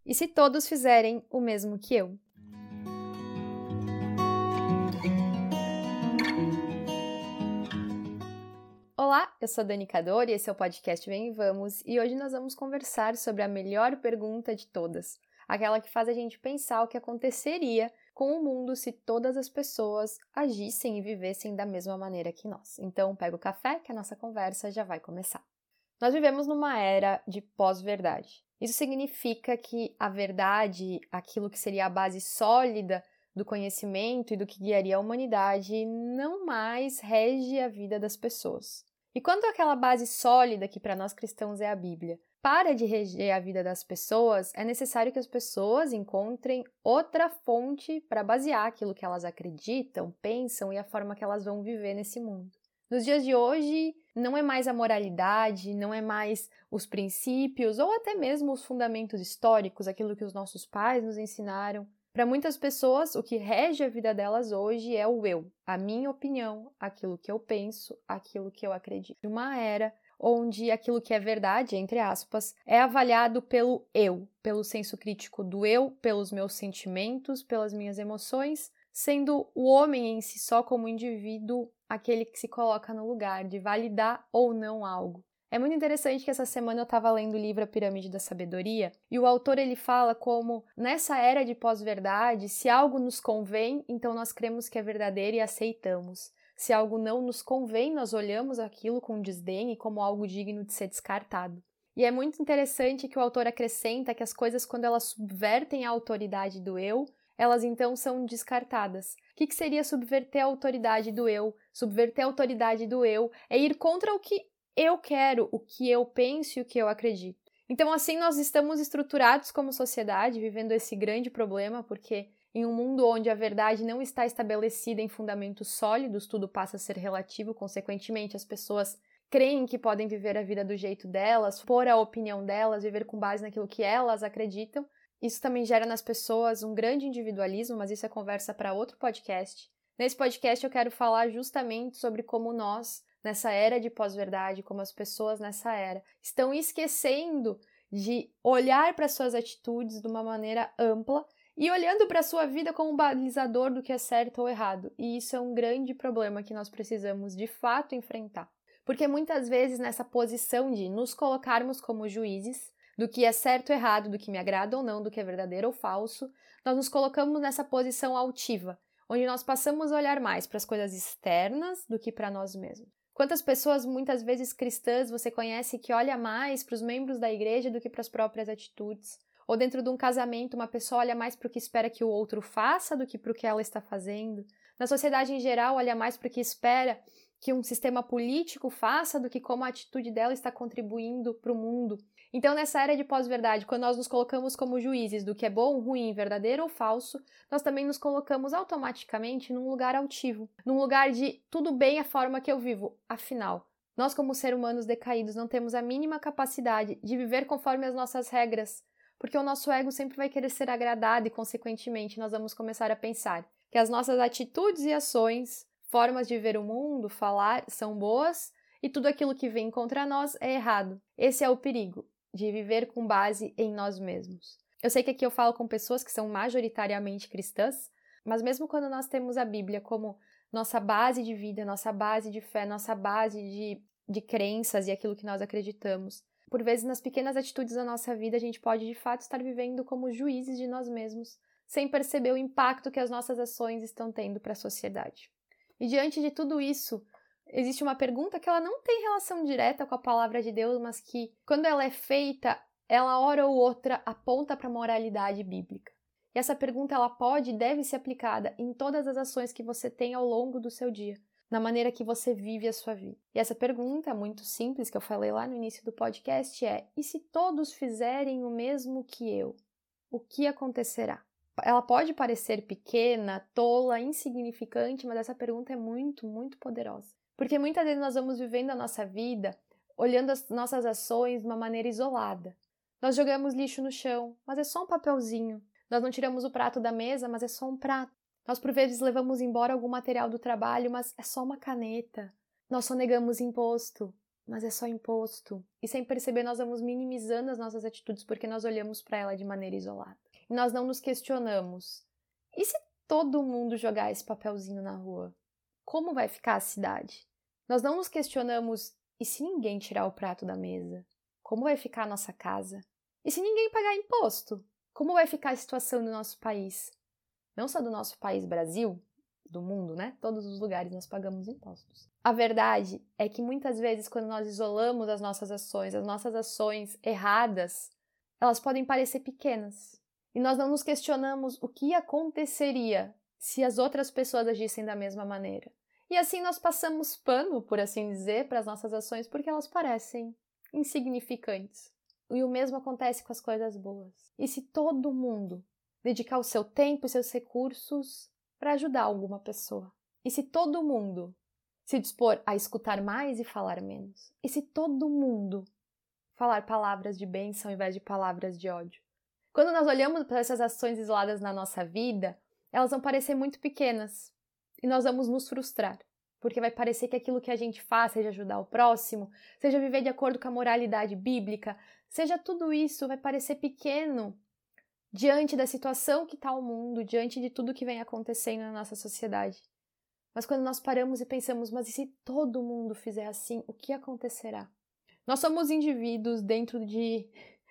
E se todos fizerem o mesmo que eu? Olá, eu sou a Dani Cador e esse é o podcast Vem e Vamos, e hoje nós vamos conversar sobre a melhor pergunta de todas, aquela que faz a gente pensar o que aconteceria com o mundo se todas as pessoas agissem e vivessem da mesma maneira que nós. Então, pega o café que a nossa conversa já vai começar. Nós vivemos numa era de pós-verdade. Isso significa que a verdade, aquilo que seria a base sólida do conhecimento e do que guiaria a humanidade, não mais rege a vida das pessoas. E quando aquela base sólida, que para nós cristãos é a Bíblia, para de reger a vida das pessoas, é necessário que as pessoas encontrem outra fonte para basear aquilo que elas acreditam, pensam e a forma que elas vão viver nesse mundo. Nos dias de hoje, não é mais a moralidade, não é mais os princípios ou até mesmo os fundamentos históricos, aquilo que os nossos pais nos ensinaram. Para muitas pessoas, o que rege a vida delas hoje é o eu, a minha opinião, aquilo que eu penso, aquilo que eu acredito. Uma era onde aquilo que é verdade, entre aspas, é avaliado pelo eu, pelo senso crítico do eu, pelos meus sentimentos, pelas minhas emoções, sendo o homem em si só como indivíduo aquele que se coloca no lugar de validar ou não algo. É muito interessante que essa semana eu estava lendo o livro A Pirâmide da Sabedoria e o autor ele fala como nessa era de pós-verdade, se algo nos convém, então nós cremos que é verdadeiro e aceitamos. Se algo não nos convém, nós olhamos aquilo com desdém e como algo digno de ser descartado. E é muito interessante que o autor acrescenta que as coisas, quando elas subvertem a autoridade do eu, elas então são descartadas. O que seria subverter a autoridade do eu? Subverter a autoridade do eu é ir contra o que eu quero, o que eu penso e o que eu acredito. Então, assim, nós estamos estruturados como sociedade, vivendo esse grande problema, porque em um mundo onde a verdade não está estabelecida em fundamentos sólidos, tudo passa a ser relativo, consequentemente, as pessoas creem que podem viver a vida do jeito delas, pôr a opinião delas, viver com base naquilo que elas acreditam. Isso também gera nas pessoas um grande individualismo, mas isso é conversa para outro podcast. Nesse podcast eu quero falar justamente sobre como nós, nessa era de pós-verdade, como as pessoas nessa era, estão esquecendo de olhar para suas atitudes de uma maneira ampla e olhando para a sua vida como um balizador do que é certo ou errado. E isso é um grande problema que nós precisamos de fato enfrentar. Porque muitas vezes nessa posição de nos colocarmos como juízes do que é certo ou errado, do que me agrada ou não, do que é verdadeiro ou falso, nós nos colocamos nessa posição altiva, onde nós passamos a olhar mais para as coisas externas do que para nós mesmos. Quantas pessoas, muitas vezes cristãs, você conhece que olha mais para os membros da igreja do que para as próprias atitudes? Ou dentro de um casamento, uma pessoa olha mais para o que espera que o outro faça do que para o que ela está fazendo? Na sociedade em geral, olha mais para o que espera que um sistema político faça do que como a atitude dela está contribuindo para o mundo. Então, nessa era de pós-verdade, quando nós nos colocamos como juízes do que é bom, ruim, verdadeiro ou falso, nós também nos colocamos automaticamente num lugar altivo, num lugar de tudo bem a forma que eu vivo. Afinal, nós como seres humanos decaídos não temos a mínima capacidade de viver conforme as nossas regras, porque o nosso ego sempre vai querer ser agradado e, consequentemente, nós vamos começar a pensar que as nossas atitudes e ações, formas de ver o mundo, falar, são boas e tudo aquilo que vem contra nós é errado. Esse é o perigo de viver com base em nós mesmos. Eu sei que aqui eu falo com pessoas que são majoritariamente cristãs, mas mesmo quando nós temos a Bíblia como nossa base de vida, nossa base de fé, nossa base de crenças e aquilo que nós acreditamos, por vezes nas pequenas atitudes da nossa vida a gente pode de fato estar vivendo como juízes de nós mesmos, sem perceber o impacto que as nossas ações estão tendo para a sociedade. E diante de tudo isso, existe uma pergunta que ela não tem relação direta com a palavra de Deus, mas que, quando ela é feita, ela hora ou outra aponta para a moralidade bíblica. E essa pergunta ela pode e deve ser aplicada em todas as ações que você tem ao longo do seu dia, na maneira que você vive a sua vida. E essa pergunta, muito simples, que eu falei lá no início do podcast, é: e se todos fizerem o mesmo que eu? O que acontecerá? Ela pode parecer pequena, tola, insignificante, mas essa pergunta é muito, muito poderosa. Porque muitas vezes nós vamos vivendo a nossa vida olhando as nossas ações de uma maneira isolada. Nós jogamos lixo no chão, mas é só um papelzinho. Nós não tiramos o prato da mesa, mas é só um prato. Nós, por vezes, levamos embora algum material do trabalho, mas é só uma caneta. Nós sonegamos imposto, mas é só imposto. E sem perceber, nós vamos minimizando as nossas atitudes porque nós olhamos para ela de maneira isolada. E nós não nos questionamos. E se todo mundo jogar esse papelzinho na rua? Como vai ficar a cidade? Nós não nos questionamos, e se ninguém tirar o prato da mesa? Como vai ficar a nossa casa? E se ninguém pagar imposto? Como vai ficar a situação do nosso país? Não só do nosso país, Brasil, do mundo, né? Todos os lugares nós pagamos impostos. A verdade é que muitas vezes, quando nós isolamos as nossas ações erradas, elas podem parecer pequenas. E nós não nos questionamos o que aconteceria se as outras pessoas agissem da mesma maneira. E assim nós passamos pano, por assim dizer, para as nossas ações porque elas parecem insignificantes. E o mesmo acontece com as coisas boas. E se todo mundo dedicar o seu tempo e seus recursos para ajudar alguma pessoa? E se todo mundo se dispor a escutar mais e falar menos? E se todo mundo falar palavras de bênção ao invés de palavras de ódio? Quando nós olhamos para essas ações isoladas na nossa vida, elas vão parecer muito pequenas e nós vamos nos frustrar, porque vai parecer que aquilo que a gente faz, seja ajudar o próximo, seja viver de acordo com a moralidade bíblica, seja tudo isso, vai parecer pequeno diante da situação que está o mundo, diante de tudo que vem acontecendo na nossa sociedade. Mas quando nós paramos e pensamos, mas e se todo mundo fizer assim, o que acontecerá? Nós somos indivíduos dentro de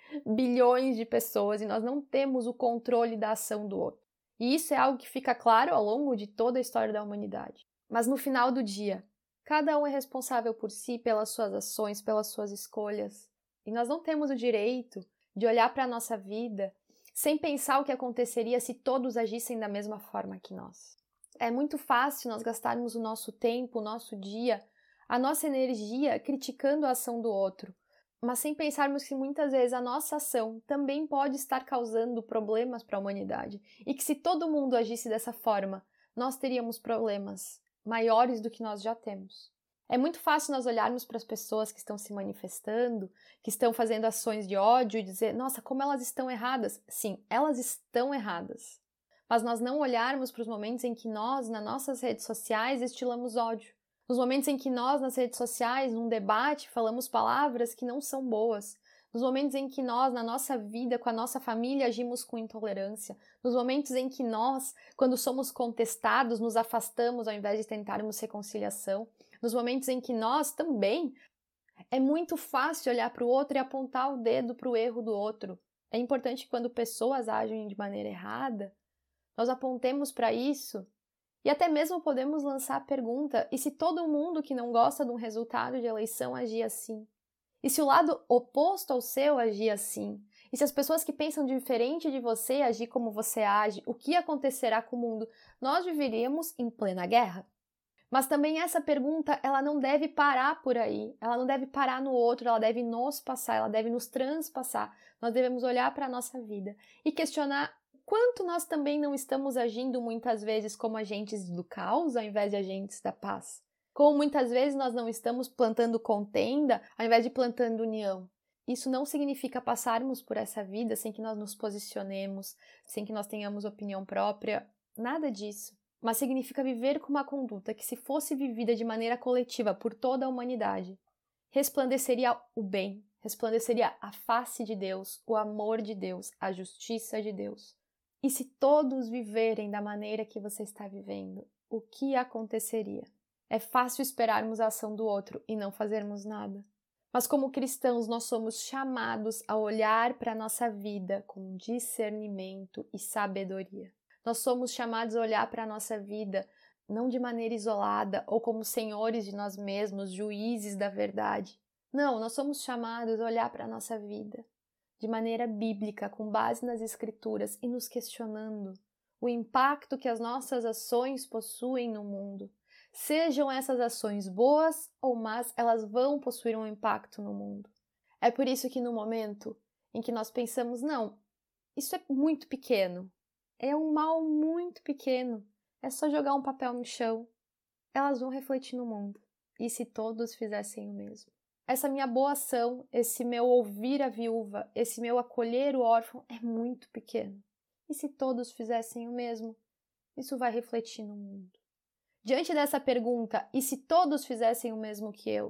bilhões de pessoas e nós não temos o controle da ação do outro. E isso é algo que fica claro ao longo de toda a história da humanidade. Mas no final do dia, cada um é responsável por si, pelas suas ações, pelas suas escolhas. E nós não temos o direito de olhar para a nossa vida sem pensar o que aconteceria se todos agissem da mesma forma que nós. É muito fácil nós gastarmos o nosso tempo, o nosso dia, a nossa energia criticando a ação do outro, mas sem pensarmos que muitas vezes a nossa ação também pode estar causando problemas para a humanidade e que se todo mundo agisse dessa forma, nós teríamos problemas maiores do que nós já temos. É muito fácil nós olharmos para as pessoas que estão se manifestando, que estão fazendo ações de ódio e dizer, nossa, como elas estão erradas. Sim, elas estão erradas. Mas nós não olharmos para os momentos em que nós, nas nossas redes sociais, destilamos ódio. Nos momentos em que nós, nas redes sociais, num debate, falamos palavras que não são boas. Nos momentos em que nós, na nossa vida, com a nossa família, agimos com intolerância. Nos momentos em que nós, quando somos contestados, nos afastamos ao invés de tentarmos reconciliação. Nos momentos em que nós também, é muito fácil olhar para o outro e apontar o dedo para o erro do outro. É importante que quando pessoas agem de maneira errada, nós apontemos para isso e até mesmo podemos lançar a pergunta, e se todo mundo que não gosta de um resultado de eleição agir assim? E se o lado oposto ao seu agir assim? E se as pessoas que pensam diferente de você agir como você age, o que acontecerá com o mundo? Nós viveríamos em plena guerra? Mas também essa pergunta, ela não deve parar por aí, ela não deve parar no outro, ela deve nos passar, ela deve nos transpassar. Nós devemos olhar para a nossa vida e questionar quanto nós também não estamos agindo muitas vezes como agentes do caos ao invés de agentes da paz. Como muitas vezes nós não estamos plantando contenda ao invés de plantando união. Isso não significa passarmos por essa vida sem que nós nos posicionemos, sem que nós tenhamos opinião própria, nada disso. Mas significa viver com uma conduta que, se fosse vivida de maneira coletiva por toda a humanidade, resplandeceria o bem, resplandeceria a face de Deus, o amor de Deus, a justiça de Deus. E se todos viverem da maneira que você está vivendo, o que aconteceria? É fácil esperarmos a ação do outro e não fazermos nada. Mas como cristãos, nós somos chamados a olhar para a nossa vida com discernimento e sabedoria. Nós somos chamados a olhar para a nossa vida não de maneira isolada ou como senhores de nós mesmos, juízes da verdade. Não, nós somos chamados a olhar para a nossa vida de maneira bíblica, com base nas Escrituras e nos questionando o impacto que as nossas ações possuem no mundo. Sejam essas ações boas ou más, elas vão possuir um impacto no mundo. É por isso que no momento em que nós pensamos, não, isso é muito pequeno, é um mal muito pequeno, é só jogar um papel no chão, elas vão refletir no mundo. E se todos fizessem o mesmo? Essa minha boa ação, esse meu ouvir a viúva, esse meu acolher o órfão é muito pequeno. E se todos fizessem o mesmo? Isso vai refletir no mundo. Diante dessa pergunta, e se todos fizessem o mesmo que eu?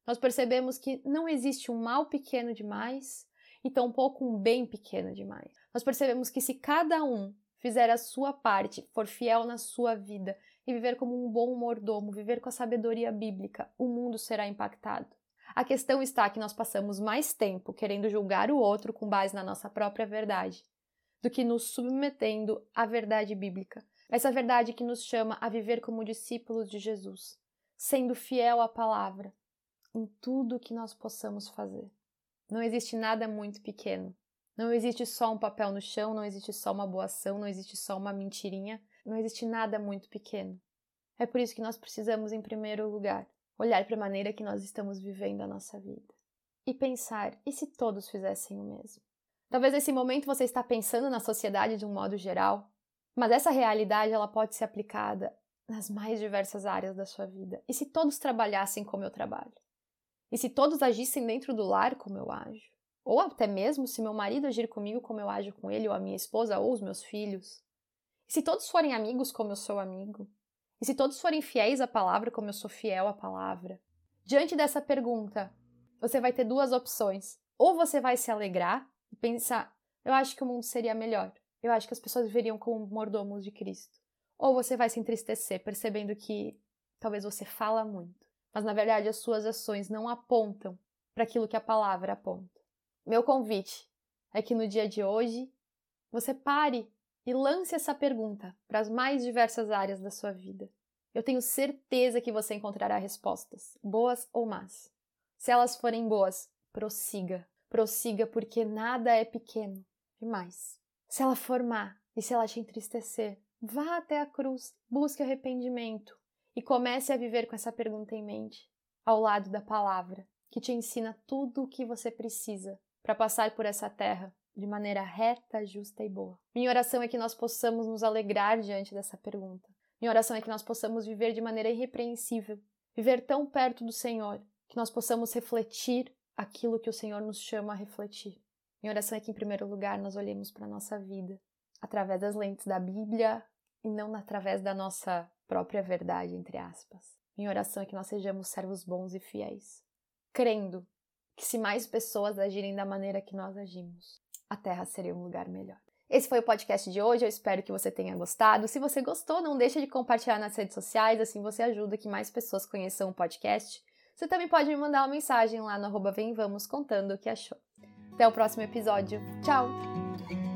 Nós percebemos que não existe um mal pequeno demais e tampouco um bem pequeno demais. Nós percebemos que se cada um fizer a sua parte, for fiel na sua vida e viver como um bom mordomo, viver com a sabedoria bíblica, o mundo será impactado. A questão está que nós passamos mais tempo querendo julgar o outro com base na nossa própria verdade, do que nos submetendo à verdade bíblica. Essa verdade que nos chama a viver como discípulos de Jesus, sendo fiel à palavra em tudo o que nós possamos fazer. Não existe nada muito pequeno. Não existe só um papel no chão, não existe só uma boa ação, não existe só uma mentirinha, não existe nada muito pequeno. É por isso que nós precisamos, em primeiro lugar, olhar para a maneira que nós estamos vivendo a nossa vida e pensar, e se todos fizessem o mesmo? Talvez nesse momento você está pensando na sociedade de um modo geral, mas essa realidade ela pode ser aplicada nas mais diversas áreas da sua vida. E se todos trabalhassem como eu trabalho? E se todos agissem dentro do lar como eu ajo? Ou até mesmo se meu marido agir comigo como eu ajo com ele, ou a minha esposa, ou os meus filhos? E se todos forem amigos como eu sou amigo? E se todos forem fiéis à palavra como eu sou fiel à palavra? Diante dessa pergunta, você vai ter duas opções. Ou você vai se alegrar e pensar, eu acho que o mundo seria melhor. Eu acho que as pessoas viveriam como mordomos de Cristo. Ou você vai se entristecer, percebendo que talvez você fala muito, mas na verdade as suas ações não apontam para aquilo que a palavra aponta. Meu convite é que no dia de hoje você pare e lance essa pergunta para as mais diversas áreas da sua vida. Eu tenho certeza que você encontrará respostas, boas ou más. Se elas forem boas, prossiga. Prossiga porque nada é pequeno demais. Se ela for má e se ela te entristecer, vá até a cruz, busque arrependimento e comece a viver com essa pergunta em mente, ao lado da palavra, que te ensina tudo o que você precisa para passar por essa terra de maneira reta, justa e boa. Minha oração é que nós possamos nos alegrar diante dessa pergunta. Minha oração é que nós possamos viver de maneira irrepreensível, viver tão perto do Senhor, que nós possamos refletir aquilo que o Senhor nos chama a refletir. Minha oração é que, em primeiro lugar, nós olhemos para a nossa vida através das lentes da Bíblia e não através da nossa própria verdade, entre aspas. Minha oração é que nós sejamos servos bons e fiéis, crendo que se mais pessoas agirem da maneira que nós agimos, a Terra seria um lugar melhor. Esse foi o podcast de hoje, eu espero que você tenha gostado. Se você gostou, não deixe de compartilhar nas redes sociais, assim você ajuda que mais pessoas conheçam o podcast. Você também pode me mandar uma mensagem lá no @vemvamos contando o que achou. Até o próximo episódio. Tchau!